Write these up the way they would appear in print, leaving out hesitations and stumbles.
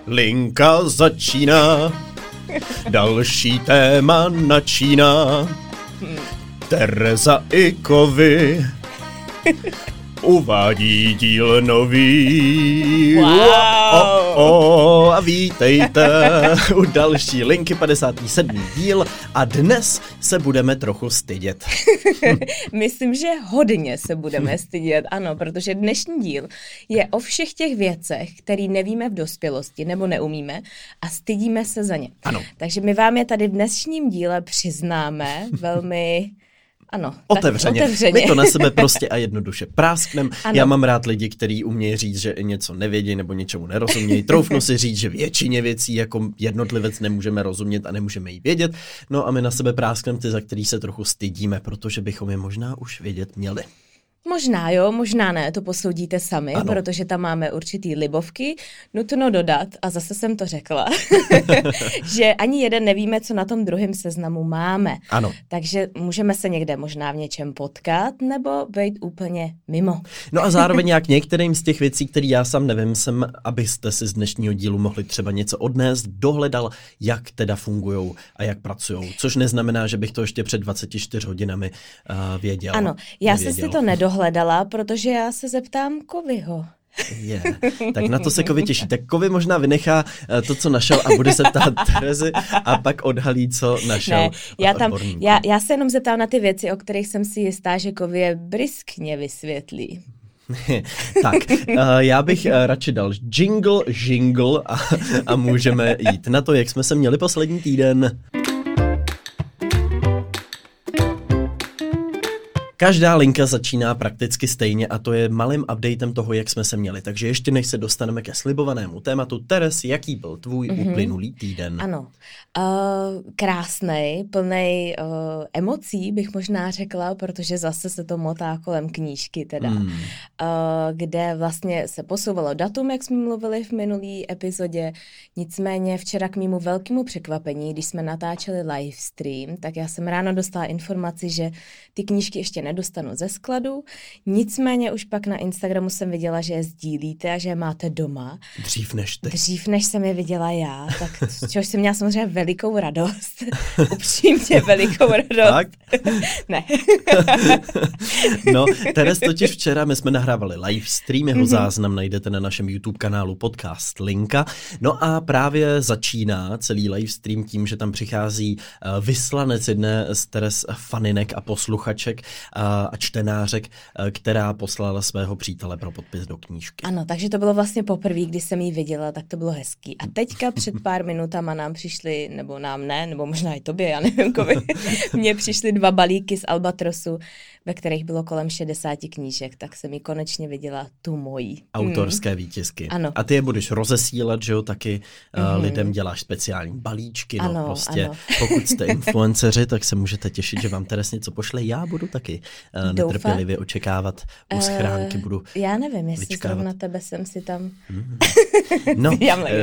Linka začíná, další téma načíná. Tereza i Kovy uvádí díl nový. Wow. A vítejte u další Linky, 57. díl, a dnes se budeme trochu stydět. Myslím, že hodně se budeme stydět, ano, protože dnešní díl je o všech těch věcech, které nevíme v dospělosti nebo neumíme a stydíme se za ně. Ano. Takže my vám je tady v dnešním díle přiznáme velmi... Ano, otevřeně. My to na sebe prostě a jednoduše prásknem. Ano. Já mám rád lidi, kteří umějí říct, že něco nevědí nebo něčemu nerozumějí. Troufnu si říct, že většině věcí jako jednotlivec nemůžeme rozumět a nemůžeme jí vědět. No a my na sebe prásknem ty, za který se trochu stydíme, protože bychom je možná už vědět měli. Možná jo, možná ne, to posoudíte sami, ano. Protože tam máme určitý libovky. Nutno dodat, a zase jsem to řekla, že ani jeden nevíme, co na tom druhém seznamu máme. Ano. Takže můžeme se někde možná v něčem potkat, nebo být úplně mimo. No a zároveň jak některým z těch věcí, které já sám nevím, jsem, abyste si z dnešního dílu mohli třeba něco odnést, dohledal, jak teda fungujou a jak pracujou. Což neznamená, že bych to ještě před 24 hodinami věděl. Ano, já jsem si to nedohledala, protože já se zeptám Kovyho. Tak na to se Kovy těší. Tak Kovy možná vynechá to, co našel, a bude se ptát Terezy a pak odhalí, co našel. Ne, já se jenom zeptám na ty věci, o kterých jsem si jistá, že Kovy je briskně Tak, já bych radši dal jingle a můžeme jít na to, jak jsme se měli poslední týden. Každá linka začíná prakticky stejně a to je malým updatem toho, jak jsme se měli. Takže ještě než se dostaneme ke slibovanému tématu, Teres, jaký byl tvůj uplynulý týden? Ano, krásnej, plnej emocí bych možná řekla, protože zase se to motá kolem knížky teda, kde vlastně se posouvalo datum, jak jsme mluvili v minulý epizodě. Nicméně včera k mému velkému překvapení, když jsme natáčeli livestream, tak já jsem ráno dostala informaci, že ty knížky ještě nedostanu ze skladu, nicméně už pak na Instagramu jsem viděla, že je sdílíte a že je máte doma. Dřív než jsem je viděla já, tak čehož jsem měla samozřejmě velikou radost. Upřímně velikou radost. Tak? Ne. No, Teres totiž včera my jsme nahrávali livestream, jeho záznam najdete na našem YouTube kanálu Podcast Linka. No a právě začíná celý livestream tím, že tam přichází vyslanec jedné z Teres faninek a posluchaček a čtenářek, která poslala svého přítele pro podpis do knížky. Ano, takže to bylo vlastně poprvé, kdy jsem ji viděla, tak to bylo hezký. A teďka před pár minutama nám přišly, nebo nám ne, nebo možná i tobě, já nevím, mně přišly 2 balíky z Albatrosu, ve kterých bylo kolem 60 knížek, tak jsem ji konečně viděla, tu mojí. Autorské výtisky. Ano. A ty je budeš rozesílat, že jo, taky lidem děláš speciální balíčky, no ano, prostě. Ano. Pokud jste influenceři, tak se můžete těšit, že vám Teres něco pošle. Já budu taky netrpělivě očekávat. U schránky budu já nevím, jestli vyčkávat. Zrovna tebe jsem si tam... No,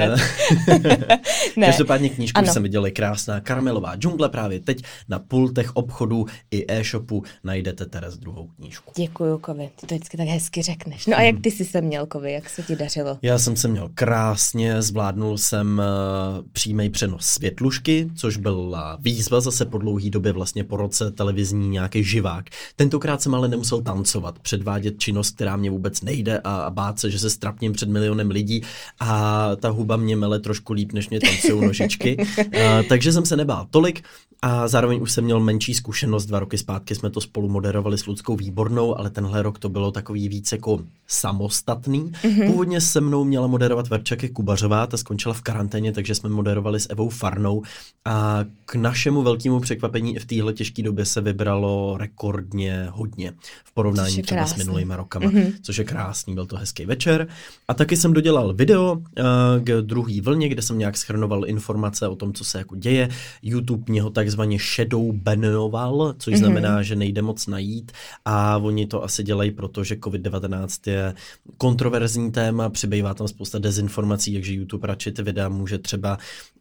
ne. Každopádně knížku jsem viděl, je krásná. Karamelová džungle, právě teď na pultech obchodů i e-shopu najdete Teres druhou knížku. Děkuju, Kovy, ty to vždycky tak hezky řekneš. No a jak ty jsi se měl, Kovy, jak se ti dařilo? Já jsem se měl krásně, zvládnul jsem přímý přenos Světlušky, což byla výzva zase po dlouhý době, vlastně po roce televizní nějaký živák. Tentokrát jsem ale nemusel tancovat, předvádět činnost, která mě vůbec nejde a bát se, že se strapním před milionem lidí a ta huba mě mele trošku líp, než mě tancujou nožičky. Takže jsem se nebál tolik a zároveň už jsem měl menší zkušenost. 2 roky zpátky jsme to spolu moderovali s Luckou Výbornou, ale tenhle rok to bylo takový víc jako samostatný. Původně se mnou měla moderovat Verčaky Kubařová, ta skončila v karanténě, takže jsme moderovali s Evou Farnou a k našemu velkému překvapení v téhle těžké době se vybralo rekordně hodně v porovnání třeba s minulýma rokama, což je krásný, byl to hezký večer. A taky jsem dodělal video k druhý vlně, kde jsem nějak shrnoval informace o tom, co se jako děje. YouTube mě ho takzvaně shadow banoval, což znamená, že nejde moc najít a oni to asi dělají, protože COVID-19 je kontroverzní téma, přibývá tam spousta dezinformací, takže YouTube radši ty videa může třeba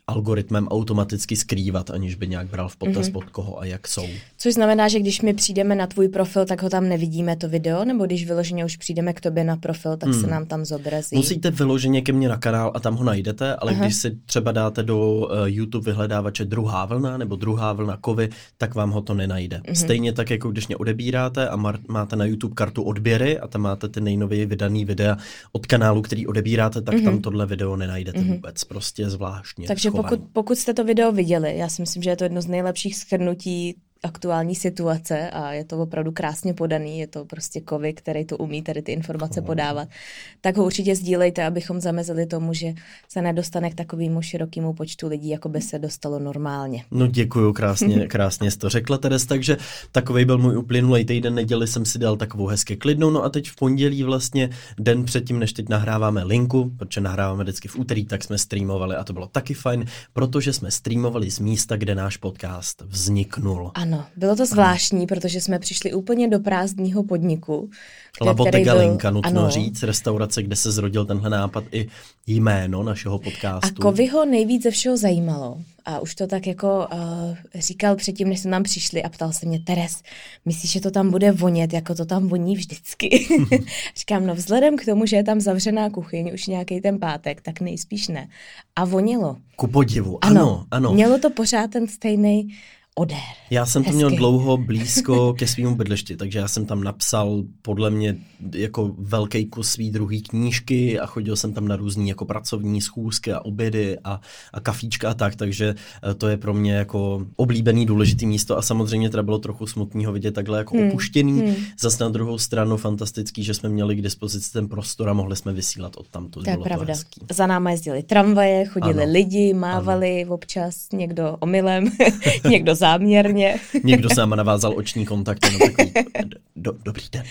algoritmem automaticky skrývat, aniž by nějak bral v potaz pod koho a jak jsou. Což znamená, že když my přijdeme na tvůj profil, tak ho tam nevidíme to video, nebo když vyloženě už přijdeme k tobě na profil, tak se nám tam zobrazí? Musíte vyloženě ke mně na kanál a tam ho najdete, ale když si třeba dáte do YouTube vyhledávače druhá vlna nebo druhá vlna kovy, tak vám ho to nenajde. Stejně tak, jako když mě odebíráte a máte na YouTube kartu odběry a tam máte ty nejnověji vydaný videa od kanálu, který odebíráte, tak tam tohle video nenajdete vůbec. Prostě zvláštně. Takže pokud jste to video viděli, já si myslím, že je to jedno z nejlepších shrnutí aktuální situace a je to opravdu krásně podaný, je to prostě Kovy, který to umí tady ty informace podávat, tak ho určitě sdílejte, abychom zamezili tomu, že se nedostane k takovému širokému počtu lidí, jako by se dostalo normálně. No děkuju, krásně jsi to řekla, Teres, takže takovej byl můj uplynulej týden, neděli jsem si dal takovou hezky klidnou, no a teď v pondělí vlastně den předtím, než teď nahráváme linku, protože nahráváme vždycky v úterý, tak jsme streamovali a to bylo taky fajn, protože jsme streamovali z místa, kde náš podcast vzniknul. Ano, bylo to zvláštní, protože jsme přišli úplně do prázdného podniku. La Bottega Linka, nutno říct, restaurace, kde se zrodil tenhle nápad i jméno našeho podcastu. A Kovyho nejvíc ze všeho zajímalo. A už to tak jako říkal předtím, než jsme tam přišli a ptal se mě, Teres, myslíš, že to tam bude vonět, jako to tam voní vždycky? Říkám, no vzhledem k tomu, že je tam zavřená kuchyň už nějaký ten pátek, tak nejspíš ne. A vonilo. Ku podivu, ano. Mělo to pořád ten stejný odér. Já jsem to měl dlouho blízko ke svýmu bydlišti, takže já jsem tam napsal podle mě jako velký kus svý druhý knížky a chodil jsem tam na různý jako pracovní schůzky a obědy a kafíčka a tak, takže to je pro mě jako oblíbený důležitý místo a samozřejmě teda bylo trochu smutný ho vidět takhle jako opuštěný. Zas na druhou stranu fantastický, že jsme měli k dispozici ten prostor a mohli jsme vysílat odtamtud. To je pravda. Za náma jezdili tramvaje, chodili lidi, mávali občas, někdo omylem, někdo záměrně. Někdo s náma navázal oční kontakt, no takový dobrý den.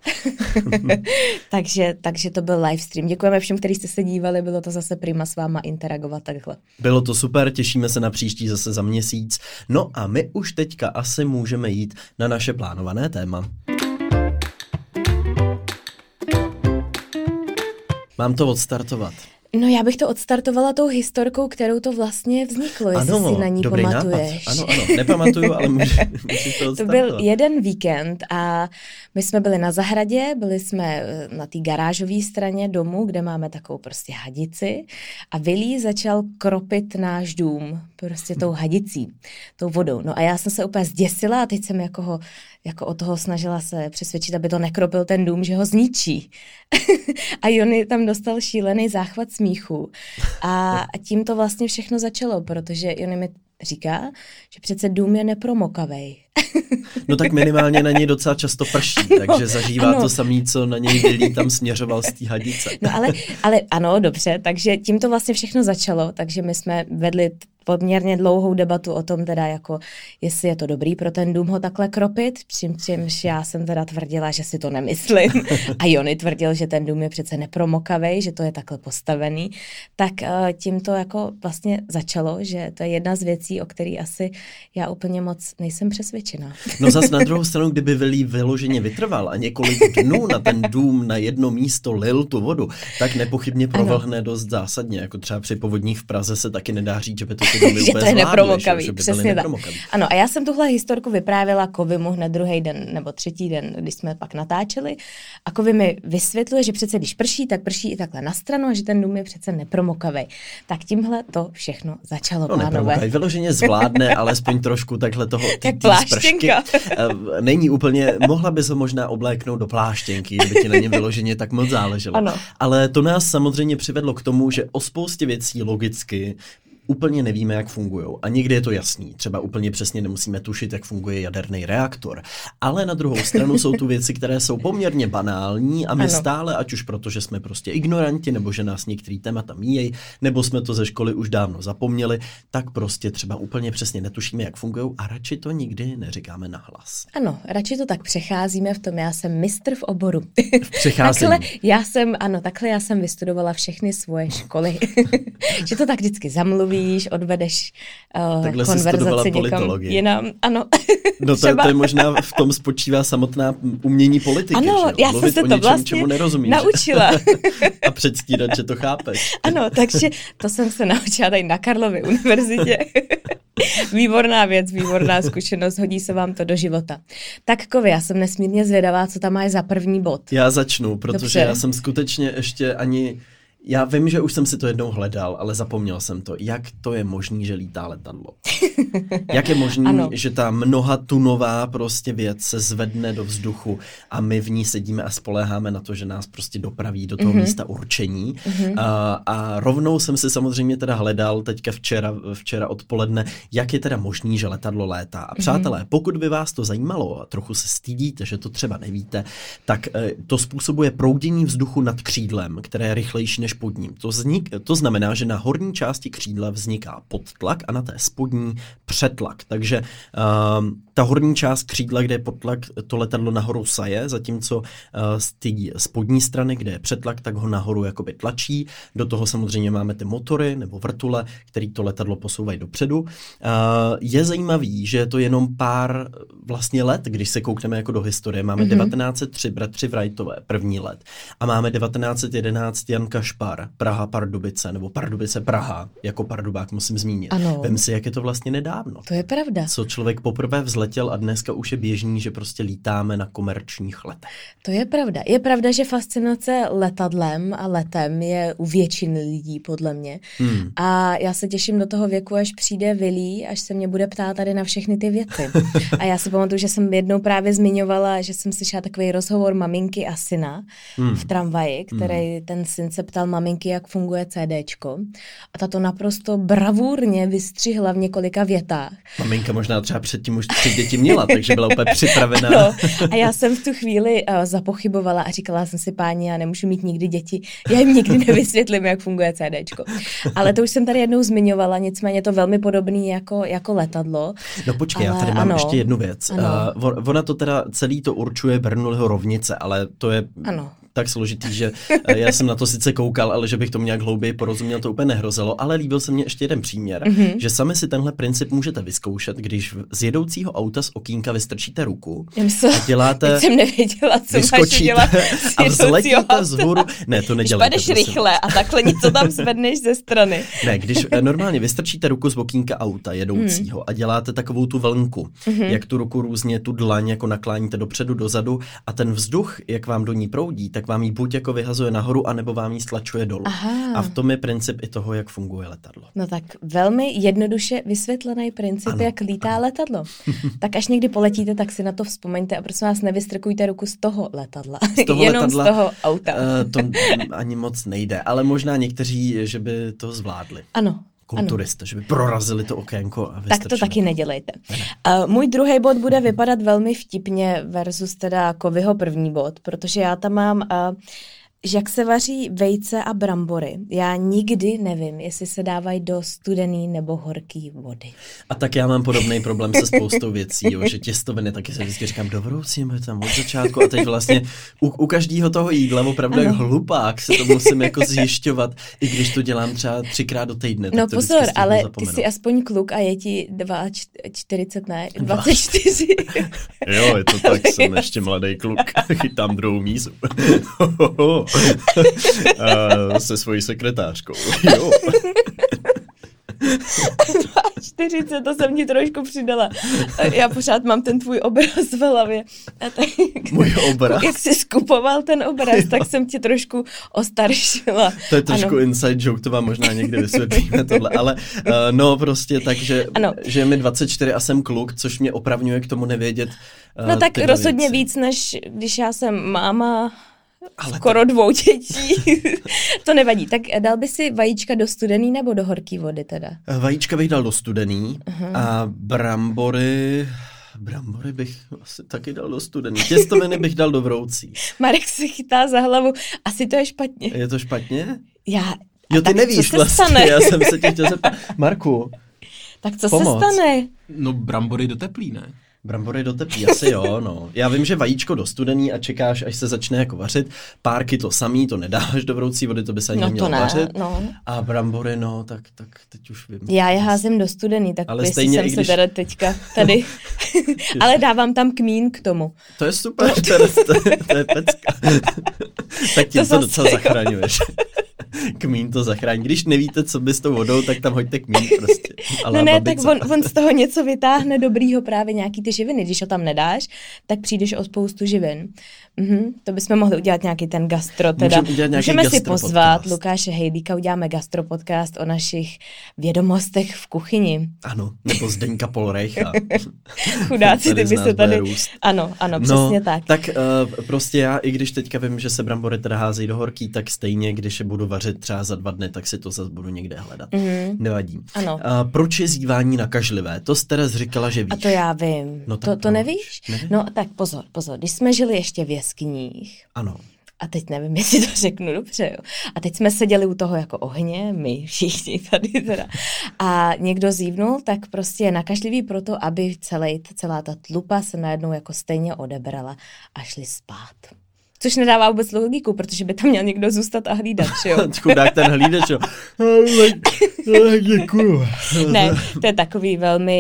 takže to byl livestream. Děkujeme všem, kteří jste se dívali, bylo to zase prima s váma interagovat takhle. Bylo to super, těšíme se na příští zase za měsíc. No a my už teďka asi můžeme jít na naše plánované téma. Mám to odstartovat. No já bych to odstartovala tou historkou, kterou to vlastně vzniklo, jestli si na ní pamatuješ. Ano, nepamatuju, ale můžeš to odstartovat. To byl jeden víkend a my jsme byli na zahradě, byli jsme na té garážové straně domu, kde máme takovou prostě hadici a Vilí začal kropit náš dům prostě tou hadicí, tou vodou. No a já jsem se úplně zděsila a teď jsem jako od toho snažila se přesvědčit, aby to nekropil ten dům, že ho zničí. A Jony tam dostal šílený záchvat smíchu. A tím to vlastně všechno začalo, protože Jony mi říká, že přece dům je nepromokavej. No tak minimálně na něj docela často prší, takže zažívá to samý, co na něj Vilí tam směřoval z té hadice. No ale ano, dobře, takže tím to vlastně všechno začalo, takže my jsme vedli poměrně dlouhou debatu o tom teda jako, jestli je to dobrý pro ten dům ho takhle kropit, čímž já jsem teda tvrdila, že si to nemyslím a Jony tvrdil, že ten dům je přece nepromokavej, že to je takhle postavený, tak tím to jako vlastně začalo, že to je jedna z věcí, o který asi já úplně moc nejsem přesvědčená. No zas na druhou stranu, kdyby Vilí vyloženě vytrval a několik dnů na ten dům na jedno místo lil tu vodu, tak nepochybně provlhne dost zásadně, jako třeba při povodních v Praze se taky nedá říct, že by to že to je nepromokavý, přesně tak. Ano, a já jsem tuhle historku vyprávěla Kovimu hned druhý den nebo třetí den, když jsme pak natáčeli a Kovy mi vysvětluje, že přece když prší, tak prší i takhle na stranu a že ten dům je přece nepromokavý. Tak tímhle to všechno začalo, pánové. Vyloženě zvládne, alespoň trošku takhle toho jak pláštěnka. Není úplně, mohla bys ho možná obléknout do pláštěnky, kdyby ti na něm vyloženě tak moc záleželo. Ano. Ale to nás samozřejmě přivedlo k tomu, že o spoustě věcí logicky úplně nevíme, jak fungujou. A někdy je to jasný. Třeba úplně přesně nemusíme tušit, jak funguje jaderný reaktor. Ale na druhou stranu jsou tu věci, které jsou poměrně banální a my stále, ať už proto, že jsme prostě ignoranti, nebo že nás některý témata míjejí, nebo jsme to ze školy už dávno zapomněli, tak prostě třeba úplně přesně netušíme, jak fungujou a radši to nikdy neříkáme nahlas. Ano, radši to tak přecházíme v tom, já jsem mistr v oboru. Přecházení. Takhle já jsem vystudovala všechny svoje školy. Že to tak vždycky zamluvím domluvíš, odvedeš takhle konverzaci někam jinam. Ano. No to je možná v tom spočívá samotná umění politiky, ano, že? Já Mluvit jsem se to něčem, vlastně čemu nerozumíš. naučila. A předstírat, že to chápeš. Ano, takže to jsem se naučila tady na Karlově univerzitě. Výborná věc, výborná zkušenost, hodí se vám to do života. Tak Kovy, já jsem nesmírně zvědavá, co tam máš za první bod. Já začnu, protože Dobře. Já jsem skutečně ještě já vím, že už jsem si to jednou hledal, ale zapomněl jsem to. Jak to je možný, že lítá letadlo? Jak je možný, že ta mnohatunová prostě věc se zvedne do vzduchu a my v ní sedíme a spoléháme na to, že nás prostě dopraví do toho místa určení. A rovnou jsem si samozřejmě teda hledal teďka včera odpoledne, jak je teda možný, že letadlo létá. A přátelé, pokud by vás to zajímalo a trochu se stydíte, že to třeba nevíte, tak to způsobuje proudění vzduchu nad křídlem, které je rychlejší než pod ním. To znamená, že na horní části křídla vzniká podtlak a na té spodní přetlak. Takže ta horní část křídla, kde je podtlak, to letadlo nahoru saje, zatímco z té spodní strany, kde je přetlak, tak ho nahoru jakoby tlačí. Do toho samozřejmě máme ty motory nebo vrtule, který to letadlo posouvají dopředu. Je zajímavý, že je to jenom pár vlastně let, když se koukneme jako do historie. Máme 1903 bratři Wrightové, první let. A máme 1911 Jan Kašpar, Praha Pardubice, nebo Pardubice Praha, jako Pardubák musím zmínit. Ano. Vem si, jak je to vlastně nedávno. To je pravda. Co člověk poprvé vzletěl a dneska už je běžný, že prostě lítáme na komerčních letech. To je pravda. Je pravda, že fascinace letadlem a letem je u většiny lidí, podle mě. A já se těším do toho věku, až přijde Vilí, až se mě bude ptát tady na všechny ty věci. A já si pamatuju, že jsem jednou právě zmiňovala, že jsem slyšela takový rozhovor maminky a syna v tramvaji, který ten syn se ptal maminky, jak funguje CDčko. A ta to naprosto bravurně vystřihla v několika větách. Maminka možná třeba předtím už 3 děti měla, takže byla úplně připravená. No, a já jsem v tu chvíli zapochybovala a říkala jsem si, páni, já nemůžu mít nikdy děti, já jim nikdy nevysvětlím, jak funguje CDčko. Ale to už jsem tady jednou zmiňovala, nicméně je to velmi podobný jako letadlo. No počkej, já tady mám ještě jednu věc. Ona to teda celý to určuje Bernoulliho rovnice, ale to je tak složitý, že já jsem na to sice koukal, ale že bych tomu nějak hlouběji porozuměl, to úplně nehrozilo, ale líbil se mně ještě jeden příměr, že sami si tenhle princip můžete vyzkoušet, když z jedoucího auta z okýnka vystrčíte ruku a děláte... jsem nevěděla, co máš dělat a vzletíte vzhůru. Ne, to nedělejte. Když padeš rychle a takhle něco tam zvedneš ze strany. Ne, když normálně vystrčíte ruku z okýnka auta jedoucího a děláte takovou tu vlnku, jak tu ruku různě, tu dlaň jako nakláníte dopředu, dozadu a ten vzduch, jak vám do ní proudí, tak vám ji buď jako vyhazuje nahoru, anebo vám ji stlačuje dolů. Aha. A v tom je princip i toho, jak funguje letadlo. No tak velmi jednoduše vysvětlený princip, jak lítá letadlo. Tak až někdy poletíte, tak si na to vzpomeňte a prosím vás, nevystrkujte ruku z toho letadla. Jenom z toho auta. To ani moc nejde, ale možná někteří, že by to zvládli. Ano. Kulturista, že by prorazili to okénko a vystrčili. Tak to taky nedělejte. Můj druhý bod bude vypadat velmi vtipně versus teda Kovyho první bod, protože já tam mám... jak se vaří vejce a brambory. Já nikdy nevím, jestli se dávají do studený nebo horký vody. A tak já mám podobný problém se spoustou věcí, jo, že těstoviny taky se vždycky říkám, dobroucíme tam od začátku a teď vlastně u každého toho jídla opravdu jak hlupák se to musím jako zjišťovat, i když to dělám třeba 3krát do týdne. No pozor, ale ty jsi aspoň kluk a je ti 42, ne? 24. Jo, je to tak, jsem ještě mladý kluk, chytám druhou mízu. Se svojí sekretářkou. Jo. 40, to jsem ti trošku přidala. Já pořád mám ten tvůj obraz v hlavě. Můj obraz? Jak jsi skupoval ten obraz, tak jsem ti trošku ostaršila. To je trošku inside joke, to vám možná někdy vysvětlíme tohle, ale no prostě tak, že je mi 24 a jsem kluk, což mě opravňuje k tomu nevědět. No tak rozhodně víc, než když já jsem máma... skoro 2 dětí. To nevadí. Tak dal by si vajíčka do studený nebo do horký vody teda? Vajíčka bych dal do studený a brambory bych asi taky dal do studený. Těstoviny bych dal do vroucí. Marek se chytá za hlavu. Asi to je špatně. Je to špatně? Jo, ty nevíš vlastně. Stane? Já jsem se tě chtěl zeptat. Marku, tak co pomoc. Se stane? No brambory do teplý, ne? Brambory do tepí, asi jo, no. Já vím, že vajíčko do studený a čekáš, až se začne jako vařit. Párky to samý, to nedáš do vroucí vody, to by se ani nemělo vařit. No. A brambory, no, tak teď už vím. Já je házím do studený, tak ale jestli jsem se teda teďka tady. Ale dávám tam kmín k tomu. To je super, to je pecka. Tak tím to docela zachraňuješ. Kmín to zachrání. Když nevíte, co by s tou vodou, tak tam hoďte kmín prostě. No ne, tak on z toho něco vytáhne dobrýho, právě nějaký ty živiny. Když ho tam nedáš, tak přijdeš o spoustu živin. To bychom mohli udělat nějaký ten gastro. Teda. Můžeme si pozvat Lukáše Hejdíka, uděláme gastropodcast o našich vědomostech v kuchyni. Ano, nebo Zdeňka Polreicha. Chudáci, ty by se tady... Ano, přesně tak. Tak prostě já, i když teďka vím, že se brambory teda házejí do horký, tak stejně, když je budu vařit třeba za 2 dny, tak si to zase budu někde hledat. Nevadí. Ano. Proč je zívání nakažlivé? To jsi teda říkala, že víš. A to já vím. No, to nevíš? Nevím. No tak pozor. Když jsme žili ještě v jeskyních. Ano. A teď nevím, jestli to řeknu dobře, jo. A teď jsme seděli u toho jako ohně, my všichni tady teda. A někdo zívnul, tak prostě je nakažlivý proto, aby celá ta tlupa se najednou jako stejně odebrala a šli spát. Což nedává vůbec logiku, protože by tam měl někdo zůstat a hlídat, jo. Chudák ten hlídač, jo. Děkuju. Ne, to je takový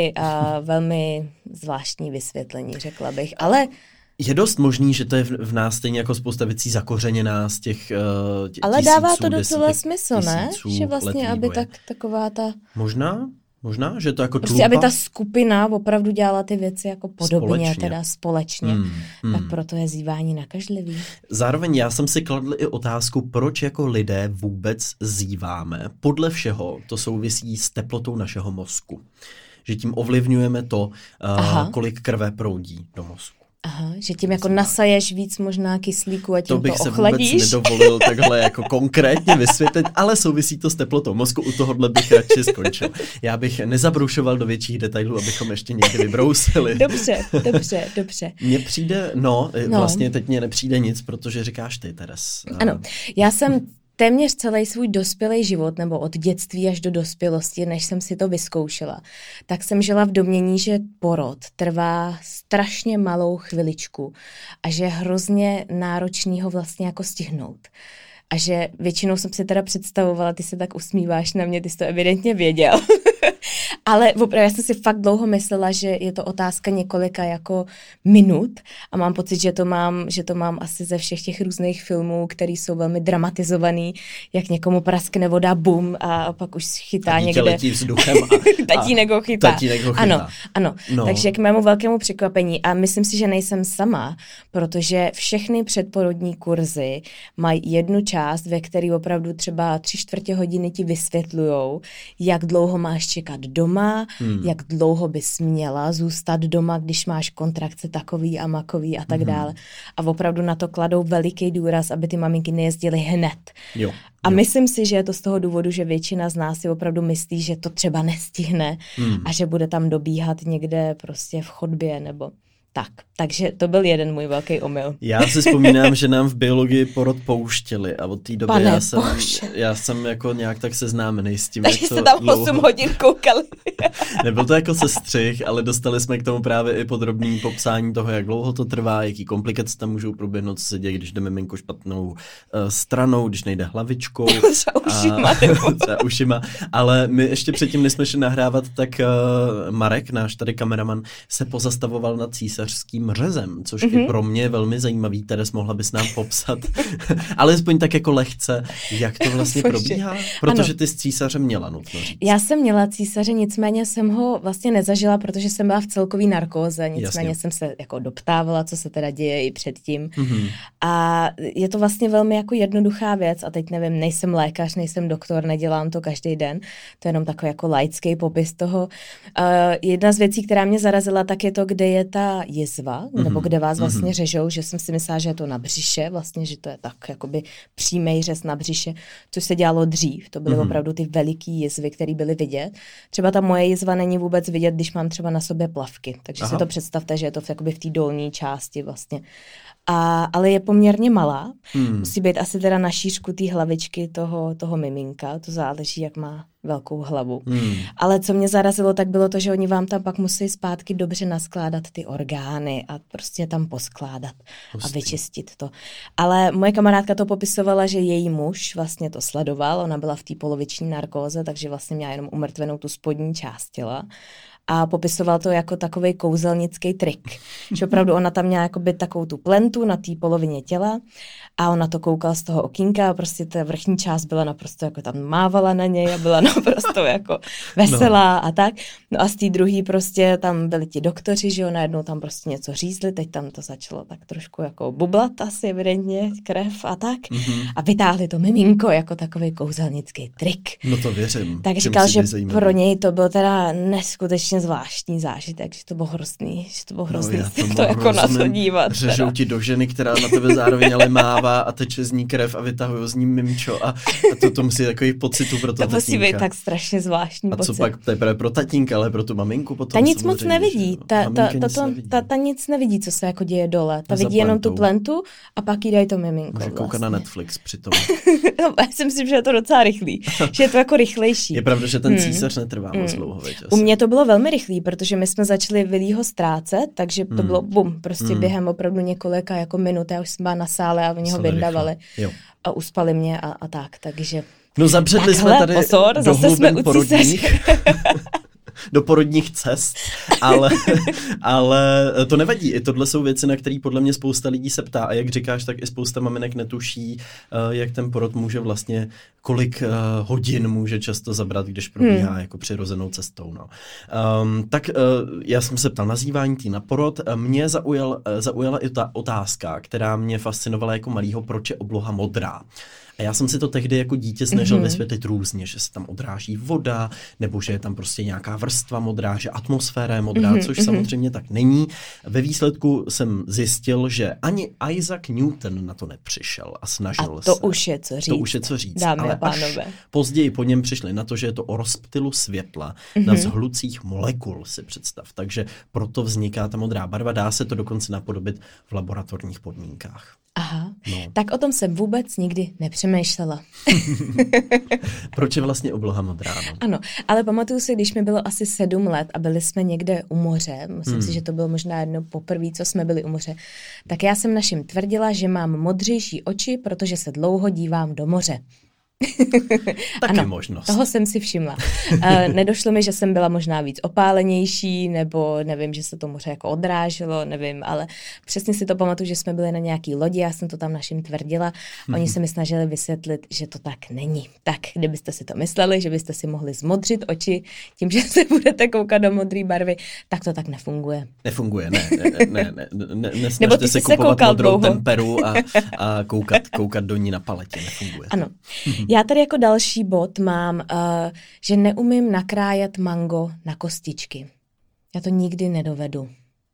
velmi zvláštní vysvětlení, řekla bych, ale... Je dost možný, že to je v nás stejně jako spousta věcí zakořeněná z těch ale dává to docela smysl, ne? Že vlastně, aby taková ta... Možná, že to jako prostě, tlupa. aby ta skupina opravdu dělala ty věci jako podobně, společně. Tak proto je zívání nakažlivý. Zároveň já jsem si kladl i otázku, proč jako lidé vůbec zíváme. Podle všeho to souvisí s teplotou našeho mozku. Že tím ovlivňujeme to, kolik krve proudí do mozku. Aha, že tím jako nasaješ víc možná kyslíku a tím to bych ochladíš. Se vůbec nedovolil takhle jako konkrétně vysvětlit, ale souvisí to s teplotou mozku, u tohohle bych radši skončil. Já bych nezabroušoval do větších detailů, abychom ještě někdy vybrousili. Dobře. Mně přijde, vlastně teď mně nepřijde nic, protože říkáš ty, Teres. Ano, já jsem téměř celý svůj dospělý život, nebo od dětství až do dospělosti, než jsem si to vyzkoušela, tak jsem žila v domnění, že porod trvá strašně malou chviličku a že je hrozně náročný ho vlastně jako stihnout. A že většinou jsem si teda představovala, ty se tak usmíváš na mě, ty jsi to evidentně věděl. Ale opravdu já jsem si fakt dlouho myslela, že je to otázka několika jako minut a mám pocit, že to mám asi ze všech těch různých filmů, které jsou velmi dramatizovaný, jak někomu praskne voda, bum, a pak už chytá někde. Letí vzduchem tatínek ho chytá. Ano. No. Takže k mému velkému překvapení a myslím si, že nejsem sama, protože všechny předporodní kurzy mají jednu část, ve které opravdu třeba 3/4 hodiny ti vysvětlujou, jak dlouho máš čekat doma, jak dlouho bys měla zůstat doma, když máš kontrakce takový a makový a tak dále. A opravdu na to kladou veliký důraz, aby ty maminky nejezdily hned. Jo. A myslím si, že je to z toho důvodu, že většina z nás si opravdu myslí, že to třeba nestihne a že bude tam dobíhat někde prostě v chodbě nebo... Takže to byl jeden můj velký omyl. Já si vzpomínám, že nám v biologii porod pouštěli a od té doby já jsem jako nějak tak seznámený s tím, takže jste tam dlouho... 8 hodin koukali. Nebyl to jako sestřih, ale dostali jsme k tomu právě i podrobný popsání toho, jak dlouho to trvá, jaký komplikace tam můžou proběhnout, co se děje, když jde miminko špatnou stranou, když nejde hlavičkou. Za ušima. Ale my ještě předtím, než jsme šli nahrávat, tak Marek, náš tady kameraman, se pozastavoval nad císařským řezem, což i pro mě je velmi zajímavý. Teres, mohla bys nám popsat, ale aspoň tak jako lehce, jak to vlastně probíhá? Protože ty s císařem měla, nutno říct. Já jsem měla císaře, nicméně jsem ho vlastně nezažila, protože jsem byla v celkový narkóze, nicméně jsem se jako doptávala, co se teda děje i předtím. A je to vlastně velmi jako jednoduchá věc a teď nevím, nejsem lékař, nejsem doktor, nedělám to každý den, to je jenom takový jako laický popis toho. Jedna z věcí, která mě zarazila, tak je to, kde je ta jizva, nebo kde vás vlastně řežou, že jsem si myslela, že je to na břiše, vlastně, že to je tak jakoby přímej řez na břiše, což se dělalo dřív. To byly opravdu ty veliký jizvy, které byly vidět. Třeba ta moje jizva není vůbec vidět, když mám třeba na sobě plavky. Takže si to představte, že je to jakoby v té dolní části vlastně. Ale je poměrně malá. Musí být asi teda na šířku té hlavičky toho miminka. To záleží, jak má velkou hlavu. Ale co mě zarazilo, tak bylo to, že oni vám tam pak musí zpátky dobře naskládat ty orgány a prostě tam poskládat a vyčistit to. Ale moje kamarádka to popisovala, že její muž vlastně to sledoval, ona byla v té poloviční narkóze, takže vlastně měla jenom umrtvenou tu spodní část těla. A popisoval to jako takovej kouzelnický trik. Že opravdu ona tam měla jakoby takovou tu plentu na té polovině těla a ona to koukala z toho okýnka a prostě ta vrchní část byla naprosto jako tam mávala na něj a byla naprosto jako veselá a tak. No a z té druhé prostě tam byli ti doktoři, že jo, najednou tam prostě něco řízli, teď tam to začalo tak trošku jako bublat asi evidentně, krev a tak. A vytáhli to miminko jako takovej kouzelnický trik. No to věřím. Tak říkal, že pro něj to byl teda neskutečně zvláštní zážitek, že to bylo hrozný, to jako na to dívat. Řežou ti do ženy, která na tebe zároveň ale mává a teče z ní krev a vytahují z ní mimčo a to musí takový pocitu pro to tatínka. To musí být tak strašně zvláštní pocit. A co pak teprve pro tatínka, ale pro tu maminku potom. Ta nic moc nevidí. Ta nic nevidí, co se jako děje dole. Ta vidí jenom tu plentu a pak jí dají to miminko. Může koukat na Netflix přitom. No, já si myslím, že je to docela rychlý. Že je to jako rychlejší. Je pravda, že ten císař netrvá moc dlouho. U mě to bylo velmi rychlý, protože my jsme začali Willího ztrácet, takže to bylo bum, prostě během opravdu několika jako minut, já už jsem byla na sále a oni ho vyndavali a uspali mě a tak, takže... No zabředli jsme tady pozor, do zase jsme u porodních, do porodních cest, ale to nevadí. I tohle jsou věci, na které podle mě spousta lidí se ptá a jak říkáš, tak i spousta maminek netuší, jak ten porod může vlastně, kolik hodin může často zabrat, když probíhá jako přirozenou cestou. No. Já jsem se ptal nazývání tý na porod. Mě zaujala i ta otázka, která mě fascinovala jako malýho, proč je obloha modrá. A já jsem si to tehdy jako dítě snažil vysvětlit různě, že se tam odráží voda, nebo že je tam prostě nějaká vrstva modrá, že atmosféra je modrá, což samozřejmě tak není. Ve výsledku jsem zjistil, že ani Isaac Newton na to nepřišel a snažil se. To už je co říct. To už je co říct. Dámy ale a pánové. Až později po něm přišli na to, že je to o rozptylu světla na vzhlucích molekul, si představ. Takže proto vzniká ta modrá barva. Dá se to dokonce napodobit v laboratorních podmínkách. Aha, tak o tom jsem vůbec nikdy nepřemýšlela. Proč je vlastně obloha modrá? No? Ano, ale pamatuju si, když mi bylo asi 7 let a byli jsme někde u moře, myslím si, že to bylo možná jedno poprvé, co jsme byli u moře, tak já jsem našim tvrdila, že mám modřejší oči, protože se dlouho dívám do moře. Taky ano, možnost. Toho jsem si všimla. Nedošlo mi, že jsem byla možná víc opálenější, nebo nevím, že se to moře jako odráželo, nevím, ale přesně si to pamatuju, že jsme byli na nějaký lodi, já jsem to tam našim tvrdila, oni se mi snažili vysvětlit, že to tak není. Tak, kdybyste si to mysleli, že byste si mohli zmodřit oči tím, že se budete koukat do modré barvy, tak to tak nefunguje. Nefunguje, ne. Nesnažte se kupovat modrou temperu a koukat do ní na paletě, nefunguje. Ano. Já tady jako další bod mám, že neumím nakrájet mango na kostičky. Já to nikdy nedovedu.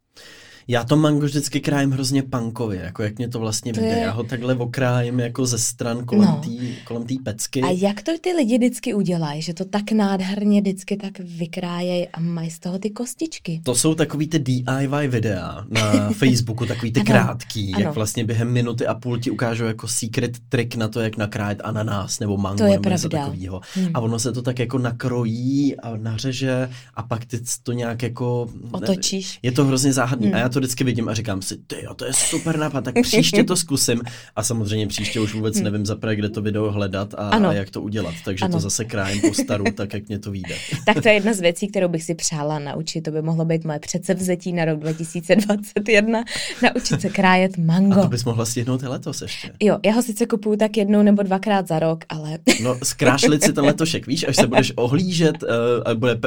Já to mango vždycky krájím hrozně punkově, jako jak mě to vlastně vyjde. Já ho takhle okrájím jako ze stran kolem té pecky. A jak to ty lidi vždycky udělají, že to tak nádherně vždycky tak vykrájejí a mají z toho ty kostičky? To jsou takový ty DIY videa na Facebooku, takový ty krátký, jak vlastně během minuty a půl ti ukážou jako secret trick na to, jak nakrájet ananás nebo mango nebo něco takového. A ono se to tak jako nakrojí a nařeže a pak ty to nějak jako... otočíš. Je to hrozně záhadný. A já to vždycky vidím a říkám si, to je super nápad, tak příště to zkusím. A samozřejmě příště už vůbec nevím zaprvé, kde to video hledat a jak to udělat. Takže to zase krájím po staru, tak jak mě to vyjde. Tak to je jedna z věcí, kterou bych si přála naučit. To by mohlo být moje předsevzetí na rok 2021. Naučit se krájet mango. A to bys mohla stihnout i letos ještě. Jo, já ho sice kupuju tak 1 nebo 2krát za rok, ale... No, zkrášlit si ten letošek, víš, až se budeš ohlížet, bude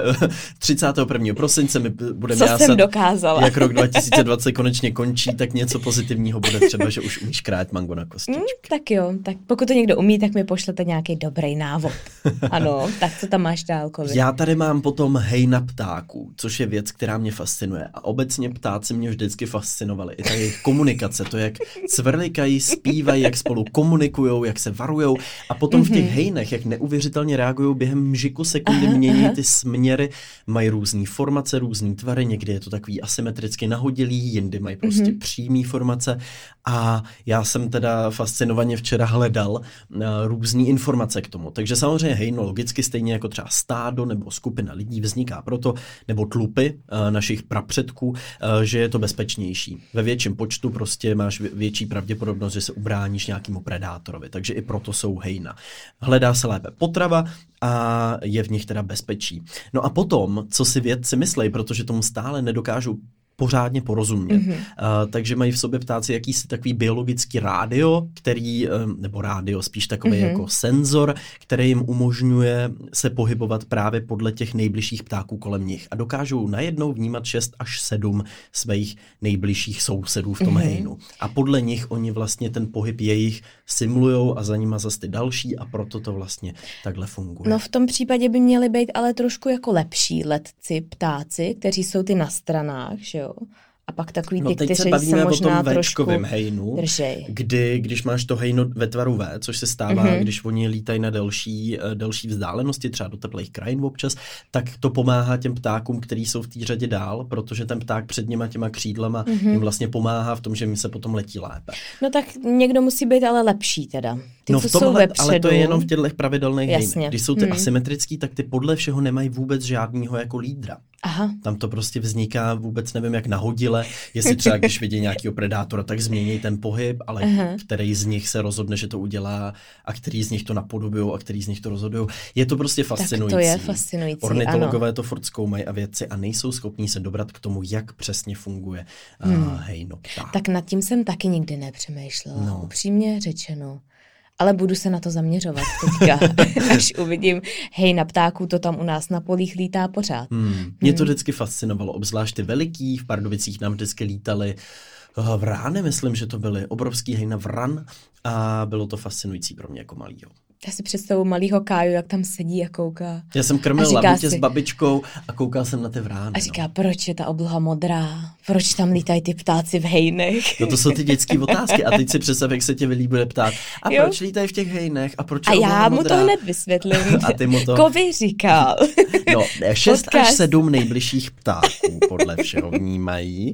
31. prosince, my budeme jásat, jak rok 2020 konečně končí, tak něco pozitivního bude třeba, že už umíš krájet mango na kostičky. Tak jo, tak pokud to někdo umí, tak mi pošlete nějaký dobrý návod. Ano, tak co tam máš dál, Kovi? Já tady mám potom hejna ptáků, což je věc, která mě fascinuje. A obecně ptáci mě vždycky fascinovali. I ta jejich komunikace, to jak cvrlikají, zpívají, jak spolu komunikujou, jak se varujou. A potom v těch hejnech, jak neuvěřitelně reagují během mžiku sekundy, mění ty směry, mají různý formace, různý tvary, někdy je to takový asymetricky nahodilý, nedělí, jindy mají prostě přímý formace a já jsem teda fascinovaně včera hledal různý informace k tomu. Takže samozřejmě hejno logicky stejně jako třeba stádo nebo skupina lidí vzniká proto, nebo tlupy našich prapředků, že je to bezpečnější. Ve větším počtu prostě máš větší pravděpodobnost, že se ubráníš nějakému predátorovi, takže i proto jsou hejna. Hledá se lépe potrava a je v nich teda bezpečí. No a potom, co si vědci myslejí, protože tomu stále nedokážou pořádně porozumět. Takže mají v sobě ptáci jakýsi takový biologický rádio, nebo rádio spíš takový jako senzor, který jim umožňuje se pohybovat právě podle těch nejbližších ptáků kolem nich. A dokážou najednou vnímat 6 až 7 svých nejbližších sousedů v tom hejnu. A podle nich oni vlastně ten pohyb jejich simulujou a za nima zase ty další a proto to vlastně takhle funguje. No v tom případě by měli být ale trošku jako lepší letci, ptáci, kteří jsou ty na stranách, že jo? A pak takový ty, kteří se možná trošku hejnu, držej. Když máš to hejno ve tvaru V, což se stává, když oni lítají na delší vzdálenosti, třeba do teplých krajin občas, tak to pomáhá těm ptákům, kteří jsou v té řadě dál, protože ten pták před těma křídlama jim vlastně pomáhá v tom, že jim se potom letí lépe. No tak někdo musí být ale lepší teda. Ty, no co v tomhle, jsou vepředu, ale to je jenom v těchto pravidelných hejnech. Když jsou ty asymetrický, tak ty podle všeho nemají vůbec žádnýho jako lídra. Aha. Tam to prostě vzniká vůbec nevím jak nahodile, jestli třeba když vidí nějakého predátora, tak změní ten pohyb, ale který z nich se rozhodne, že to udělá a který z nich to napodobujou a který z nich to rozhodují. Je to prostě fascinující. Tak to je fascinující, Ornitologové ano. to furt zkoumají a vědci a nejsou schopní se dobrat k tomu, jak přesně funguje hejno. Tak nad tím jsem taky nikdy nepřemýšlela, upřímně řečeno. Ale budu se na to zaměřovat teďka, až uvidím, hej, na ptáků to tam u nás na polích lítá pořád. Mě to vždycky fascinovalo, obzvlášť ty veliký, v Pardubicích nám vždycky lítali vrány, myslím, že to byly obrovský hejna vran a bylo to fascinující pro mě jako malýho. Já si představu malýho Káju, jak tam sedí a kouká. Já jsem krmil labutě s babičkou a koukal jsem na ty vrány. A říká, proč je ta obloha modrá? Proč tam lítají ty ptáci v hejnech? No to jsou ty dětské otázky. A teď si představ, jak se tě Vilí bude ptát. A proč lítají v těch hejnech? A proč je obloha modrá? A já mu to hned vysvětlím. A ty mu to... Kovy říkal. No, 6 až 7 nejbližších ptáků podle všeho vnímají.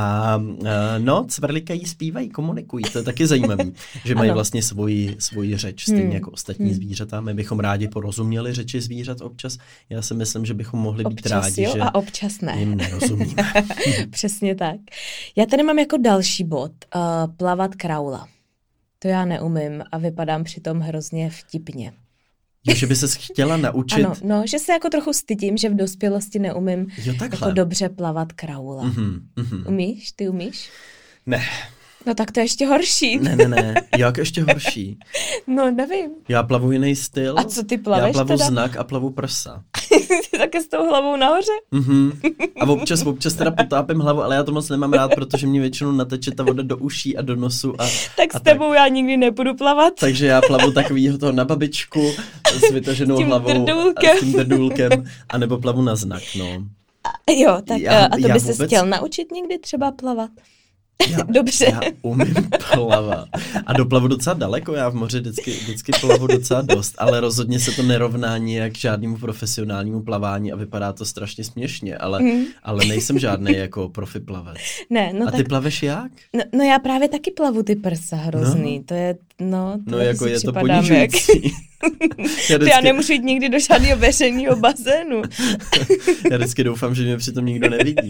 A cvrlikají, zpívají, komunikují. To je taky zajímavý, že mají vlastně svoji řeč, stejně jako ostatní zvířata. My bychom rádi porozuměli řeči zvířat občas. Já si myslím, že bychom mohli být rádi, jo, že a občas ne. jim nerozumíme. Přesně tak. Já tady mám jako další bod plavat kraula. To já neumím a vypadám přitom hrozně vtipně. Jo, že by ses chtěla naučit... Ano, že se jako trochu stydím, že v dospělosti neumím jako dobře plavat kraula. Umíš? Ty umíš? Ne. No tak to je ještě horší. Ne, jak ještě horší? No nevím. Já plavu jiný styl. A co ty plaveš Já plavu teda? znak a plavu prsa. Také s tou hlavou nahoře? A občas teda potápím hlavu, ale já to moc nemám rád, protože mě většinou nateče ta voda do uší a do nosu. Tak s tebou já nikdy nepůjdu plavat. Takže já plavu takovýho toho na babičku s vytaženou hlavou a s tím drdůlkem, anebo plavu na znak, no. Jo, tak a to by se chtěl naučit někdy třeba plavat? Dobře. Já umím plavat. A doplavu docela daleko, já v moři vždycky plavu docela dost, ale rozhodně se to nerovná nijak žádnému profesionálnímu plavání a vypadá to strašně směšně, ale nejsem žádný jako profi plavec. Ne, no a ty plaveš jak? No já právě taky plavu ty prsa hrozný, to je, to jako je to ponižující. Já nemůžu jít nikdy do žádného veřejného bazénu. Já vždycky doufám, že mě přitom nikdo nevidí.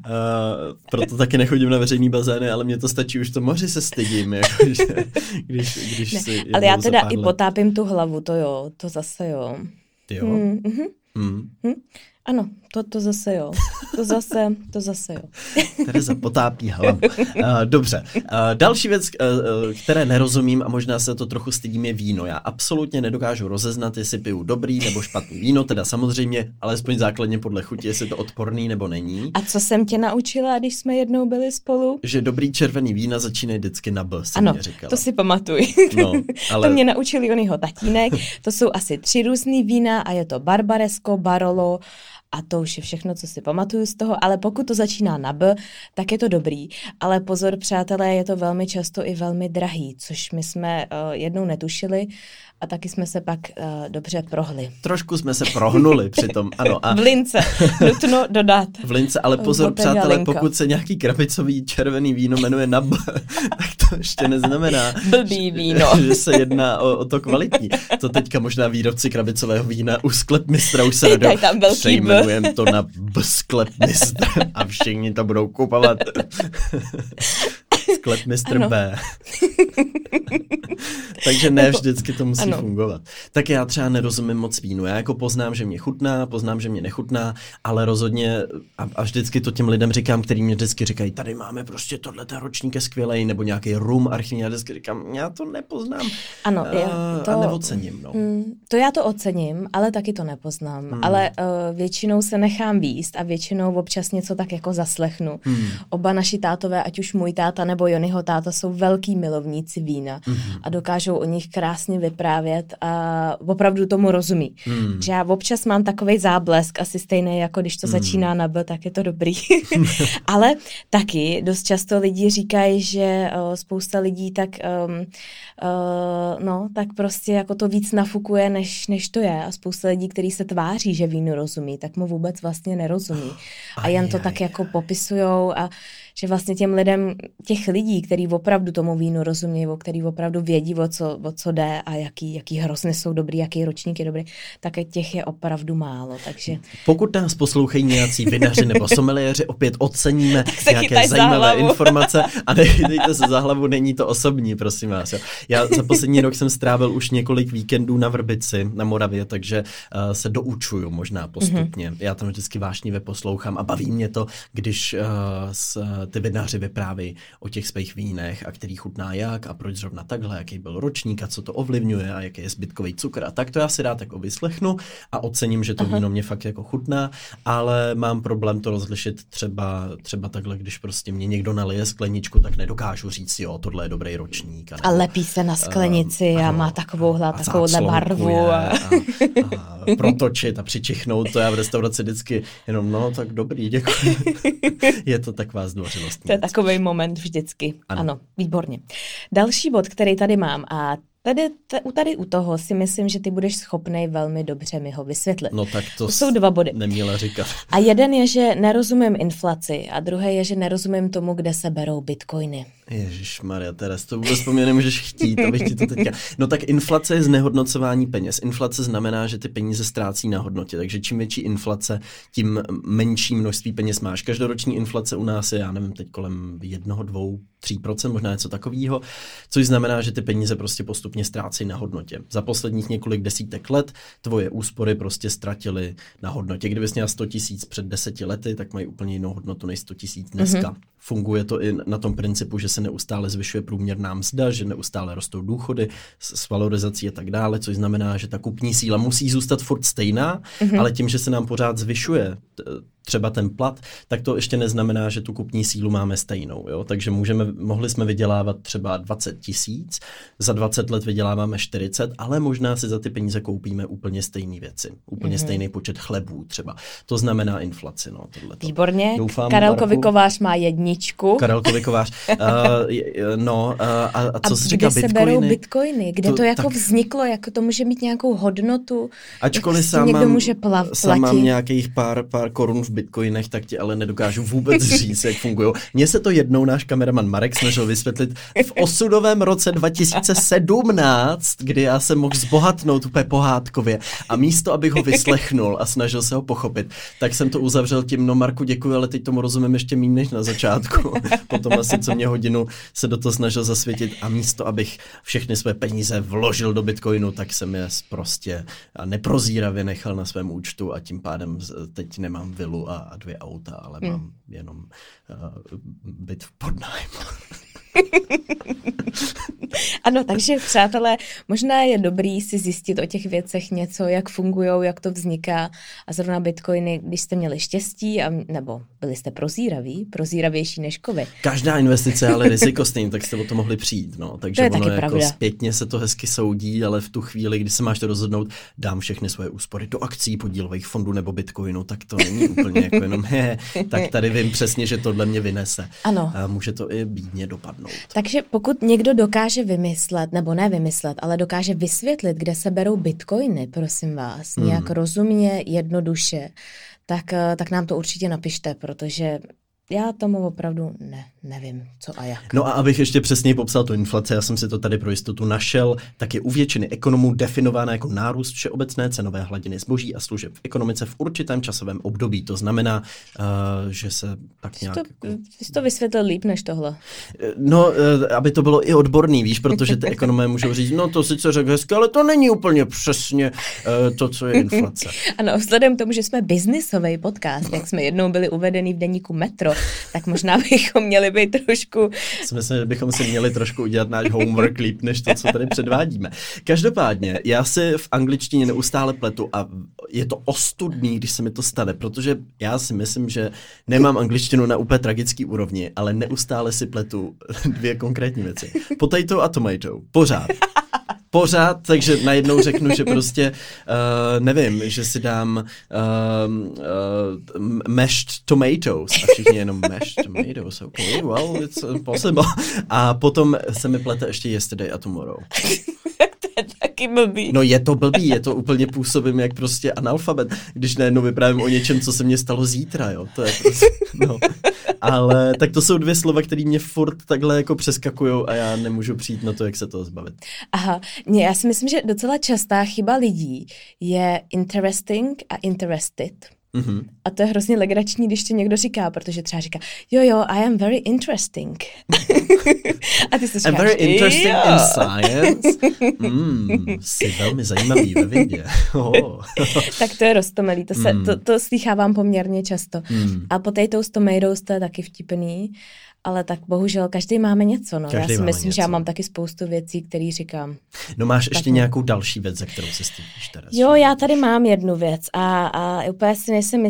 Proto taky nechodím na veřejný bazény, ale mě to stačí, už to moři se stydím, jakože, když si ale já teda i potápím tu hlavu, to zase jo. Ty jo? Ano, to zase jo. To zase jo. Tereza potápí hlavu. Dobře. Další věc, které nerozumím a možná se to trochu stydím, je víno. Já absolutně nedokážu rozeznat, jestli piju dobrý nebo špatný víno, teda samozřejmě, alespoň základně podle chuti, jestli to odporný nebo není. A co jsem tě naučila, když jsme jednou byli spolu? Že dobrý červený vína začínají vždycky na B, ano, mě říkala. To si pamatuj. No, ale... To mě naučili onýho tatínek. To jsou asi 3 různý vína a je to Barbaresco, Barolo A to už je všechno, co si pamatuju z toho, ale pokud to začíná na B, tak je to dobrý. Ale pozor, přátelé, je to velmi často i velmi drahý, což my jsme jednou netušili a taky jsme se pak dobře prohli. Trošku jsme se prohnuli přitom, ano. A... V lince, nutno dodat. V lince, ale pozor, přátelé, pokud se nějaký krabicový červený víno jmenuje na B, tak to ještě neznamená, blbý víno. že se jedná o to kvalitní. To teďka možná výrobci krabicového vína u sklepmistra už se přejmenujeme to na sklepmistr a všichni to budou kupovat. Sklepmistr B. Takže ne vždycky to musí fungovat. Tak já třeba nerozumím moc vínu. Já jako poznám, že mě chutná, poznám, že mě nechutná, ale rozhodně a vždycky to těm lidem říkám, který mě vždycky říkají, tady máme prostě tohle, ten ročník je skvělej, nebo nějaký rum archivní, já vždycky říkám, já to nepoznám. Ano, a neocením. No. To já to ocením, ale taky to nepoznám. Ale většinou se nechám víst a většinou občas něco tak jako zaslechnu. Oba naši tátové, ať už můj táta nebo Jonyho táta, jsou velký milovníci vína a dokážou o nich krásně vyprávět a opravdu tomu rozumí. Že já občas mám takovej záblesk, asi stejný, jako když to začíná na B, tak je to dobrý. Ale taky dost často lidi říkají, že spousta lidí tak tak prostě jako to víc nafukuje, než to je. A spousta lidí, kteří se tváří, že vínu rozumí, tak mu vůbec vlastně nerozumí. A jen to tak jako popisujou a že vlastně těm lidem, těch lidí, kteří opravdu tomu vínu rozumějí, kteří opravdu vědí, o co jde a jaký hrozny jsou dobrý, jaký ročník je dobrý, tak těch je opravdu málo. Takže... Pokud nás poslouchají nějací vinaři nebo someliéři, opět oceníme nějaké zajímavé informace a nechytejte se za hlavu, není to osobní, prosím vás. Jo. Já za poslední rok jsem strávil už několik víkendů na Vrbici, na Moravě, takže se doučuju možná postupně. Já tam vždycky vášnivě poslouchám a baví mě to, když ty vinaři vyprávějí o těch svých vínech a který chutná jak a proč zrovna takhle, jaký byl ročník a co to ovlivňuje a jaký je zbytkový cukr. A tak to já si rád jako vyslechnu a ocením, že to víno mě fakt jako chutná, ale mám problém to rozlišit třeba takhle, když prostě mě někdo nalije skleničku, tak nedokážu říct, jo, tohle je dobrý ročník. A lepí se na sklenici a má takovouhle barvu. A protočit a přičichnout, to já v restauraci vždycky jenom, tak dobrý, děkuji. Je to taková zdvořilost. To je takovej moment vždycky. Ano, výborně. Další bod, který tady mám a tady u toho si myslím, že ty budeš schopnej velmi dobře mi ho vysvětlit. No tak to jsou 2 body. Neměla říkat. A jeden je, že nerozumím inflaci a druhý je, že nerozumím tomu, kde se berou bitcoiny. Ježišmarja, Teres, to vůbec po mně nemůžeš chtít, abych ti to teďka... No tak inflace je znehodnocování peněz. Inflace znamená, že ty peníze ztrácí na hodnotě, takže čím větší inflace, tím menší množství peněz máš. Každoroční inflace u nás je, já nevím, teď kolem 1, 2, 3%, možná něco takového, což znamená, že ty peníze prostě postupně ztrácejí na hodnotě. Za posledních několik desítek let tvoje úspory prostě ztratily na hodnotě. Kdybys měla 100 000 před 10 lety, tak mají úplně jinou hodnotu než 100 000 dneska. Funguje to i na tom principu, že se neustále zvyšuje průměrná mzda, že neustále rostou důchody s valorizací a tak dále, což znamená, že ta kupní síla musí zůstat furt stejná, ale tím, že se nám pořád zvyšuje třeba ten plat, tak to ještě neznamená, že tu kupní sílu máme stejnou. Jo? Takže mohli jsme vydělávat třeba 20 000, za 20 let vyděláváme 40, ale možná si za ty peníze koupíme úplně stejné věci. Úplně stejný počet chlebů třeba. To znamená inflaci. No, tohleto. Výborně. Karel Kovář má 1. Karel Kovář. A co jsi říká, bitcoiny? Kde se berou bitcoiny? Kde to jako vzniklo? Jako to může mít nějakou hodnotu? Ačkoliv sám mám nějakých pár korun v bitcoinech, tak ti ale nedokážu vůbec říct, jak fungují. Mně se to jednou náš kameraman Marek snažil vysvětlit v osudovém roce 2017, kdy já jsem mohl zbohatnout úplně pohádkově a místo, abych ho vyslechnul a snažil se ho pochopit, tak jsem to uzavřel tím, Marku, děkuji, ale teď tomu rozumím ještě méně než na začátku. Potom asi co mě hodinu se do toho snažil zasvětit a místo, abych všechny své peníze vložil do bitcoinu, tak jsem je prostě neprozíravě nechal na svém účtu a tím pádem teď nemám vilu a 2 auta, ale mám jenom byt v podnájmu. Ano, takže přátelé, možná je dobrý si zjistit o těch věcech něco, jak fungujou, jak to vzniká a zrovna bitcoiny, když jste měli štěstí, nebo byli jste prozíravější než kovy. Každá investice je ale riziko stejně, tak jste o to mohli přijít, no. Takže to je ono taky jako pravda. zpětně se to hezky soudí, ale v tu chvíli, kdy se máš to rozhodnout, dám všechny svoje úspory do akcí, podílových fondů nebo bitcoinu, tak to není úplně jako jenom tak tady vím přesně, že tohle mě vynese. Ano. A může to i bídně dopadnout. Takže pokud někdo dokáže vymyslet, nebo ne vymyslet, ale dokáže vysvětlit, kde se berou bitcoiny, prosím vás, nějak rozumně, jednoduše, tak nám to určitě napište, protože já tomu opravdu nevím, co a jak. No a abych ještě přesněji popsal tu inflaci, já jsem si to tady pro jistotu našel, tak je u většiny ekonomů definována jako nárůst všeobecné cenové hladiny zboží a služeb v ekonomice v určitém časovém období. To znamená, že se tak nějak... Ty jsi to vysvětlil líp než tohle. No, aby to bylo i odborný, víš, protože ty ekonomé můžou říct, no to sice řekl hezky, ale to není úplně přesně to, co je inflace. Ano, vzhledem k tomu, že jsme biznisový podcast, jak jsme jednou byli uvedení v deníku Metro, tak možná bychom měli být trošku... Myslím, že bychom si měli trošku udělat náš homework líp, než to, co tady předvádíme. Každopádně, já si v angličtině neustále pletu a je to ostudný, když se mi to stane, protože já si myslím, že nemám angličtinu na úplně tragický úrovni, ale neustále si pletu dvě konkrétní věci. Potato a tomato. Pořád, takže najednou řeknu, že prostě, nevím, že si dám mashed tomatoes a všichni jenom mashed tomatoes, okay, well, it's possible. A potom se mi plete ještě yesterday a tomorrow. To je taky blbý. No je to blbý, je to úplně působím jak prostě analfabet, když najednou vyprávím o něčem, co se mně stalo zítra, jo, to je prostě, no. Ale tak to jsou dvě slova, které mě furt takhle jako přeskakujou a já nemůžu přijít na to, jak se toho zbavit. Aha, já si myslím, že docela častá chyba lidí je interesting a interested. Mm-hmm. A to je hrozně legrační, když ti někdo říká, protože třeba říká, jo, I am very interesting. A ty si říkáš, I'm very interesting in science. Jsi velmi zajímavý ve vědě. Tak to je roztomilý, to slýchávám poměrně často. A potatoes, tomatoes, to je taky vtipný. Ale tak bohužel každý máme něco, no. Já si myslím, že já mám taky spoustu věcí, které říkám. No máš ještě nějakou další věc, za kterou se stydíš teraz? Jo, já tady mám jednu věc a úplně si nejsem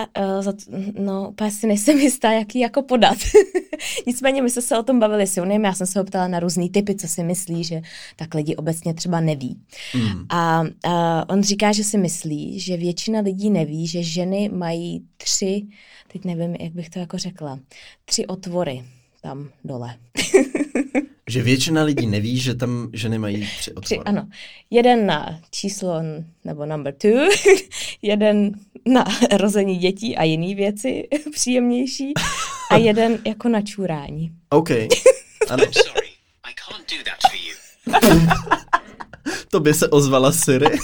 jistá, jak ji jako podat. Nicméně my jsme se o tom bavili s Jonem, já jsem se ho ptala na různý typy, co si myslí, že tak lidi obecně třeba neví. A on říká, že si myslí, že většina lidí neví, že ženy mají 3, teď nevím, jak bych to jako řekla, 3 otvory tam dole. Že většina lidí neví, že tam ženy mají 3 otvory. Ano. Jeden na číslo, nebo number 2, jeden na rození dětí a jiný věci příjemnější a jeden jako na čurání. OK. Ano. Sorry, I can't do that for you. To by se ozvala Siri.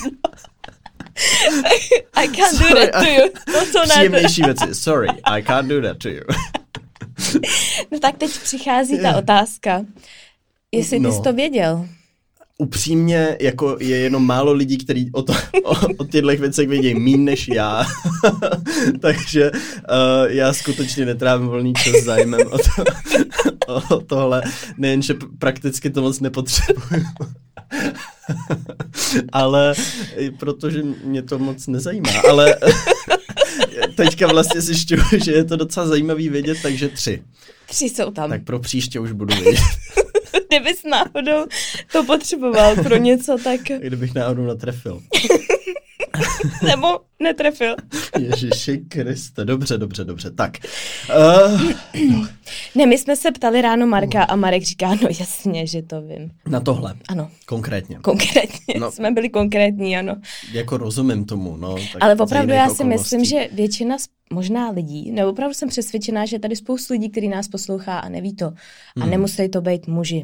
I can't do that to you. Příjemnější věci. Sorry, I can't do that to you. No tak teď přichází ta otázka, jestli ty jsi to věděl. Upřímně, jako je jenom málo lidí, kteří o těchto věcech vědějí míň než já. Takže já skutečně netrávím volný čas zájmem o tohle. Nejenže prakticky to moc nepotřebuju. Ale protože mě to moc nezajímá. Ale teďka vlastně zjišťuju, že je to docela zajímavý vědět, takže 3. 3 jsou tam. Tak pro příště už budu vědět. Kdybys náhodou to potřeboval pro něco, tak... Kdybych náhodou natrefil. Nebo netrefil. Ježiši Kriste, dobře. Tak. Ne, my jsme se ptali ráno Marka a Marek říká, no jasně, že to vím. Na tohle? Ano. Konkrétně? No, jsme byli konkrétní, ano. Jako rozumím tomu, no. Tak ale opravdu já si myslím, že většina možná lidí, nebo opravdu jsem přesvědčená, že tady spoustu lidí, který nás poslouchá a neví to. A nemusí to být muži.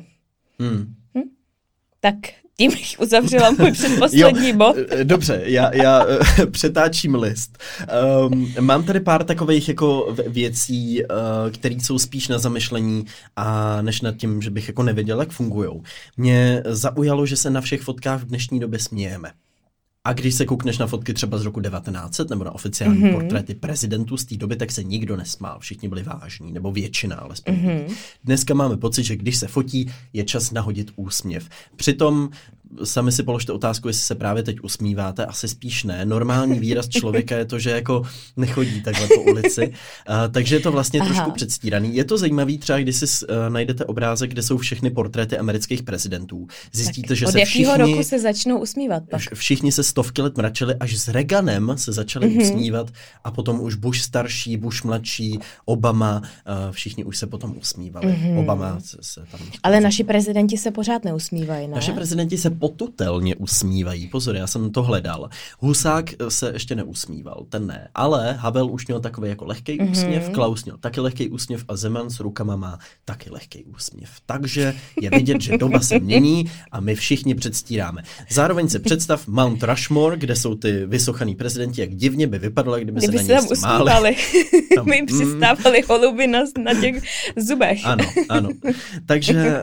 Tak tím bych uzavřela můj předposlední bod. Dobře, já přetáčím list. Mám tady pár takových jako věcí, které jsou spíš na zamyšlení a než nad tím, že bych jako nevěděl, jak fungujou. Mě zaujalo, že se na všech fotkách v dnešní době smějeme. A když se koukneš na fotky třeba z roku 1900 nebo na oficiální portréty prezidentů z té doby, tak se nikdo nesmál, všichni byli vážní, nebo většina alespoň. Dneska máme pocit, že když se fotí, je čas nahodit úsměv. Přitom sami si položte otázku, jestli se právě teď usmíváte, asi spíš ne. Normální výraz člověka je to, že jako nechodí takhle po ulici, takže je to vlastně trošku předstíraný. Je to zajímavý, třeba když si najdete obrázek, kde jsou všechny portréty amerických prezidentů. Zjistíte, tak že se všichni... Od jakého roku se začnou usmívat pak? Všichni se stovky let mračili, až s Reaganem se začali usmívat a potom už Bush starší, Bush mladší, Obama, všichni už se potom usmívali. Obama se tam... Ale naši prezidenti se pořád neusmívají, ne? Naši prezidenti se potutelně usmívají. Pozor, já jsem to hledal. Husák se ještě neusmíval, ten ne. Ale Havel už měl takový jako lehkej úsměv, Klaus měl taky lehkej úsměv a Zeman s rukama má taky lehkej úsměv. Takže je vidět, že doba se mění a my všichni předstíráme. Zároveň si představ Mount Rushmore, kde jsou ty vysochaný prezidenti, jak divně by vypadalo, kdyby se na ně smáli. My jim přistávali holuby na těch zubech. Ano. Takže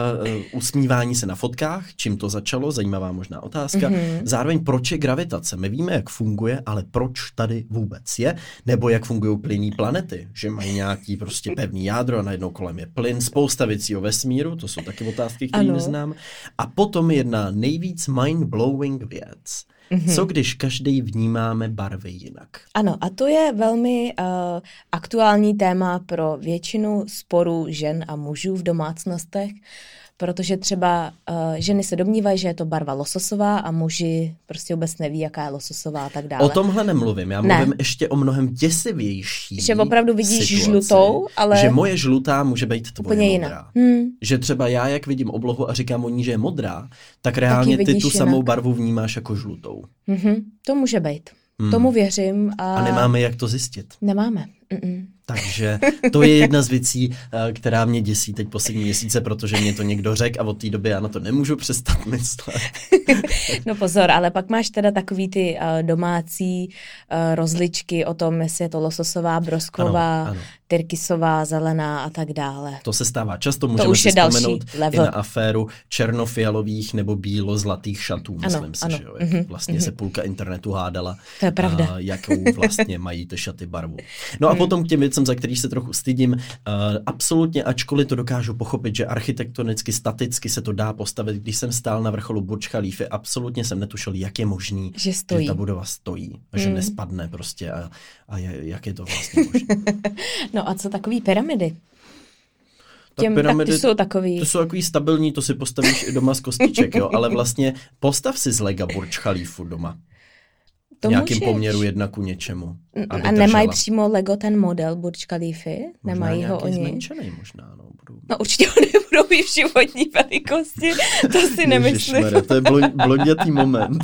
usmívání se na fotkách, čím to začalo, zajímavá možná otázka. Zároveň proč je gravitace? My víme, jak funguje, ale proč tady vůbec je? Nebo jak fungují plynný planety? Že mají nějaký prostě pevný jádro a najednou kolem je plyn, spousta věcí o vesmíru, to jsou taky otázky, které neznám. A potom jedna nejvíc mind-blowing věc. Co když každý vnímáme barvy jinak? Ano, a to je velmi aktuální téma pro většinu sporů žen a mužů v domácnostech, protože třeba ženy se domnívají, že je to barva lososová a muži prostě vůbec neví, jaká je lososová a tak dále. O tomhle nemluvím, já mluvím ještě o mnohem děsivější že opravdu vidíš situaci, žlutou, ale... Že moje žlutá může být tvoje modrá. Jiná. Že třeba já, jak vidím oblohu a říkám o ní, že je modrá, tak reálně ty tu samou barvu vnímáš jako žlutou. To může být. Tomu věřím. A nemáme jak to zjistit. Nemáme. Takže to je jedna z věcí, která mě děsí teď poslední měsíce, protože mě to někdo řekl a od té doby já na to nemůžu přestat myslet. No pozor, ale pak máš teda takový ty domácí rozličky o tom, jestli je to lososová, brosková, tyrkysová, zelená a tak dále. To se stává často, můžeme si vzpomenout i na aféru černofialových nebo bílo-zlatých šatů, myslím si, že jo, jak vlastně se půlka internetu hádala, to je pravda. Jakou vlastně mají ty šaty barvu. No a potom k těm věcem, za který se trochu stydím, absolutně, ačkoliv to dokážu pochopit, že architektonicky, staticky se to dá postavit, když jsem stál na vrcholu Burj Khalify, absolutně jsem netušil, jak je možný, že ta budova stojí a že nespadne prostě a jak je to vlastně možné. No a co takový pyramidy? Pyramidy, tak ty jsou takový. To jsou takový stabilní, to si postavíš i doma z kostiček, jo, ale vlastně postav si z lega Burj Khalifu doma. To nějakým poměru 1 k něčemu. A nemají přímo Lego ten model Burj Khalify? Nemají ho oni? Zmenšený možná, no. No určitě ho nebudou mít v životní velikosti, to si nemyslím. Ježišmarja, to je blondětý moment.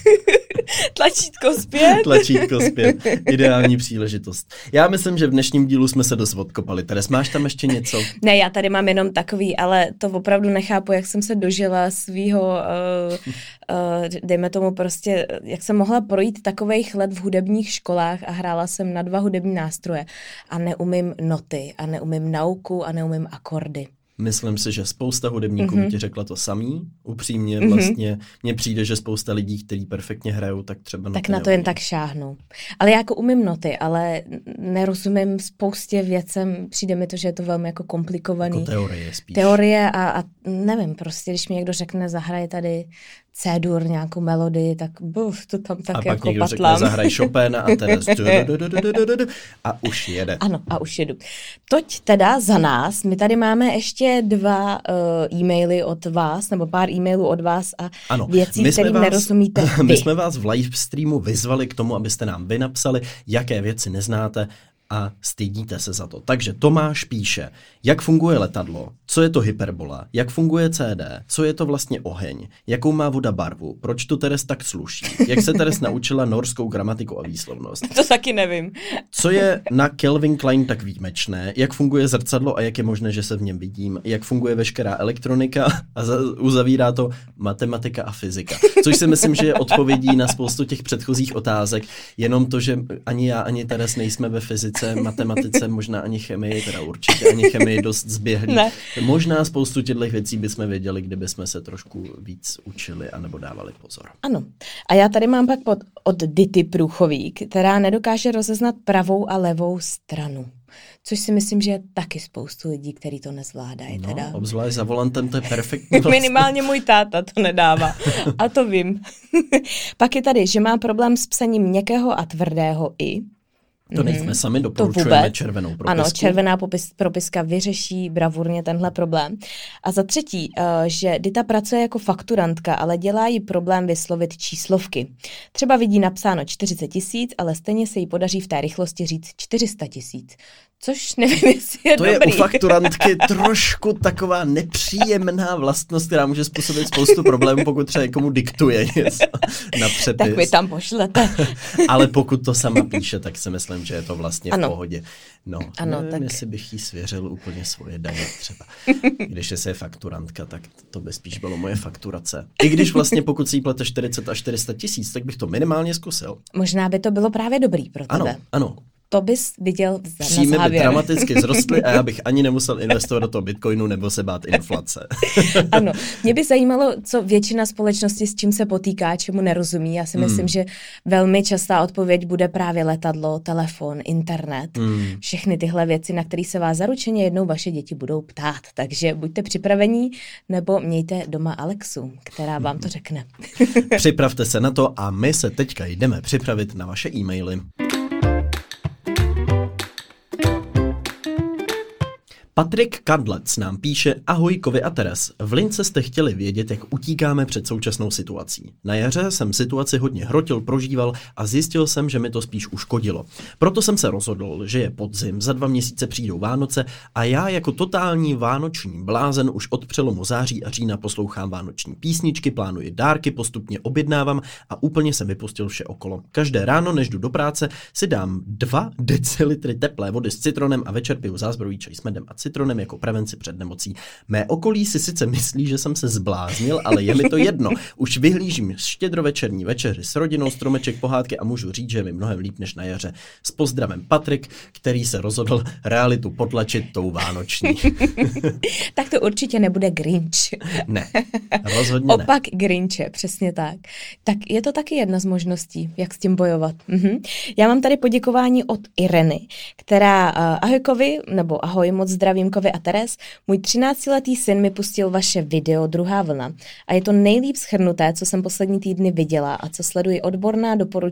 Tlačítko zpět. Ideální příležitost. Já myslím, že v dnešním dílu jsme se dost odkopali. Teres, máš tam ještě něco? Ne, já tady mám jenom takový, ale to opravdu nechápu, jak jsem se dožila svýho, dejme tomu prostě, jak jsem mohla projít takovejch let v hudebních školách a hrála jsem na 2 hudební nástroje a neumím noty a neumím nauku a neumím akordy. Myslím si, že spousta hudebníků ti řekla to samý. Upřímně vlastně mně přijde, že spousta lidí, kteří perfektně hrajou, tak třeba tak na to jen tak šáhnou. Ale já jako umím noty, ale nerozumím spoustě věcem. Přijde mi to, že je to velmi jako komplikovaný. Jako teorie spíš. Teorie a nevím, prostě když mi někdo řekne, zahraje tady C-dur, nějakou melodii, tak to tam tak jako patlám. A pak někdo řekne, zahraj Chopina a Teres a už jede. Ano, a už jedu. Toť teda za nás, my tady máme ještě 2 e-maily od vás, nebo pár e-mailů od vás a věcí, kterým nerozumíte vy. My jsme vás v live streamu vyzvali k tomu, abyste nám vy napsali, jaké věci neznáte a stydíte se za to. Takže Tomáš píše, jak funguje letadlo, co je to hyperbola, jak funguje CD, co je to vlastně oheň, jakou má voda barvu, proč to Teres tak sluší, jak se Teres naučila norskou gramatiku a výslovnost. To taky nevím. Co je na Calvin Klein tak výjimečné, jak funguje zrcadlo a jak je možné, že se v něm vidím, jak funguje veškerá elektronika a uzavírá to matematika a fyzika. Což si myslím, že je odpovědí na spoustu těch předchozích otázek, jenom to, že ani já, ani Teres nejsme ve fyzice, matematice, možná ani chemii, teda určitě ani chemii dost zběhlí. Možná spoustu těchto věcí bychom věděli, kdyby jsme se trošku víc učili anebo dávali pozor. Ano. A já tady mám pak od Dity Průchový, která nedokáže rozeznat pravou a levou stranu. Což si myslím, že je taky spoustu lidí, kteří to nezvládají. No, teda. obzvlášť za volantem, to je perfektní vlastně. Minimálně můj táta to nedává. A to vím. Pak je tady, že má problém s psaním měkkého a tvrdého i. To nejsme sami, doporučujeme červenou propisku. Ano, červená propiska vyřeší bravurně tenhle problém. A za třetí, že Dita pracuje jako fakturantka, ale dělá jí problém vyslovit číslovky. Třeba vidí napsáno 40 000, ale stejně se jí podaří v té rychlosti říct 400 000. Což nevím, jestli je to dobrý. To je u fakturantky trošku taková nepříjemná vlastnost, která může způsobit spoustu problémů, pokud třeba někomu diktuje něco na přepis. Tak vy tam pošlete. Ale pokud to sama píše, tak si myslím, že je to vlastně v pohodě. No, ano, nevím, tak... jestli bych jí svěřil úplně svoje daně třeba. Když je fakturantka, tak to by spíš bylo moje fakturace. I když vlastně pokud si jí plete 40 až 400 000, tak bych to minimálně zkusil. Možná by to bylo právě dobrý pro tebe. Ano. To bys viděl na Příjmy závěr. by dramaticky vzrostly a já bych ani nemusel investovat do toho bitcoinu nebo se bát inflace. Ano, mě by zajímalo, co většina společnosti s čím se potýká, čemu nerozumí. Já si myslím, že velmi častá odpověď bude právě letadlo, telefon, internet. Všechny tyhle věci, na které se vás zaručeně jednou vaše děti budou ptát. Takže buďte připravení nebo mějte doma Alexu, která vám to řekne. Připravte se na to a my se teďka jdeme připravit na vaše e-maily. Patrik Kadlec nám píše: Ahoj Kovy a Teres, v lince jste chtěli vědět, jak utíkáme před současnou situací. Na jaře jsem situaci hodně hrotil, prožíval a zjistil jsem, že mi to spíš uškodilo. Proto jsem se rozhodl, že je podzim, za 2 měsíce přijdou Vánoce a já jako totální vánoční blázen už od přelomu září a října poslouchám vánoční písničky, plánuji dárky, postupně objednávám a úplně jsem vypustil vše okolo. Každé ráno, než jdu do práce, si dám 2 decilitry teplé vody s citronem a večer piju zázbrojí čaj s medem a citronem jako prevenci před nemocí. Mé okolí si sice myslí, že jsem se zbláznil, ale je mi to jedno. Už vyhlížím štědrovečerní večeři s rodinou, stromeček, pohádky a můžu říct, že je mi mnohem líp než na jaře. S pozdravem Patrik, který se rozhodl realitu potlačit tou vánoční. Tak to určitě nebude Grinch. Ne, rozhodně ne. Opak Grinche, přesně tak. Tak je to taky jedna z možností, jak s tím bojovat. Já mám tady poděkování od Ireny, která ahoj Kovy, nebo ahoj, moc zdravím Kovy a Teres. Můj 13letý syn mi pustil vaše video Druhá vlna a je to nejlíp shrnuté, co jsem poslední týdny viděla a co sleduji odborná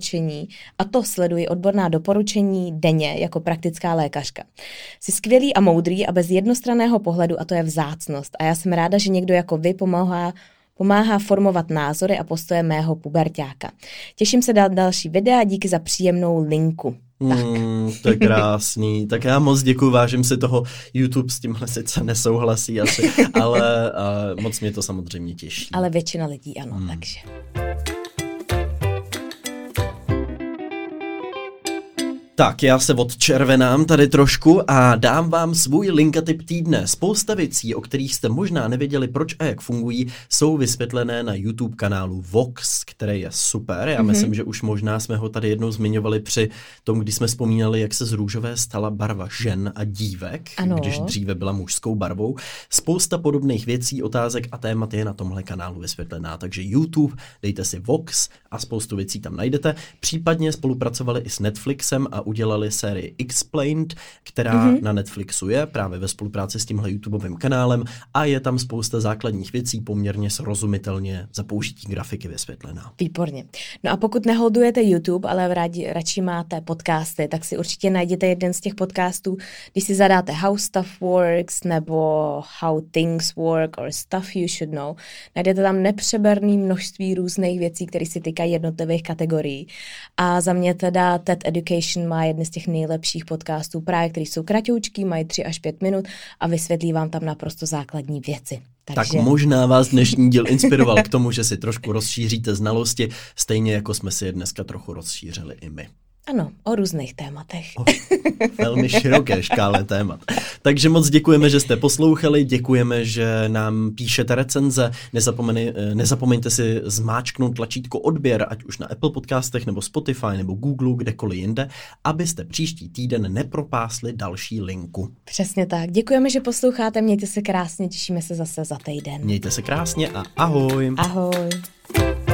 doporučení denně jako praktická lékařka. Jsi skvělý a moudrý a bez jednostranného pohledu a to je vzácnost. A já jsem ráda, že někdo jako vy pomáhá formovat názory a postoje mého puberťáka. Těším se dát další videa a díky za příjemnou linku. Tak. To je krásný. Tak já moc děkuju, vážím si toho. YouTube s tímhle sice nesouhlasí asi, ale moc mě to samozřejmě těší. Ale většina lidí ano, takže... Tak, já se odčervenám tady trošku a dám vám svůj linkatip týdne. Spousta věcí, o kterých jste možná nevěděli, proč a jak fungují, jsou vysvětlené na YouTube kanálu Vox, který je super. Já myslím, že už možná jsme ho tady jednou zmiňovali při tom, když jsme vzpomínali, jak se z růžové stala barva žen a dívek, ano. Když dříve byla mužskou barvou. Spousta podobných věcí, otázek a témat je na tomhle kanálu vysvětlená. Takže YouTube, dejte si Vox a spoustu věcí tam najdete. Případně spolupracovali i s Netflixem a udělali sérii Explained, která na Netflixu je právě ve spolupráci s tímhle YouTubeovým kanálem a je tam spousta základních věcí poměrně srozumitelně za použití grafiky vysvětlená. Výborně. No a pokud neholdujete YouTube, ale radši máte podcasty, tak si určitě najděte jeden z těch podcastů, když si zadáte How Stuff Works nebo How Things Work or Stuff You Should Know. Najdete tam nepřeberné množství různých věcí, které si týkají jednotlivých kategorií. A za mě teda TED Education má jedny z těch nejlepších podcastů, právě který jsou kratoučký, mají 3 až 5 minut a vysvětlí vám tam naprosto základní věci. Tak možná vás dnešní díl inspiroval k tomu, že si trošku rozšíříte znalosti, stejně jako jsme si je dneska trochu rozšířili i my. Ano, o různých tématech. Velmi široké škále témat. Takže moc děkujeme, že jste poslouchali, děkujeme, že nám píšete recenze, nezapomeňte si zmáčknout tlačítko odběr, ať už na Apple podcastech, nebo Spotify, nebo Google, kdekoliv jinde, abyste příští týden nepropásli další linku. Přesně tak. Děkujeme, že posloucháte, mějte se krásně, těšíme se zase za týden. Mějte se krásně a ahoj. Ahoj.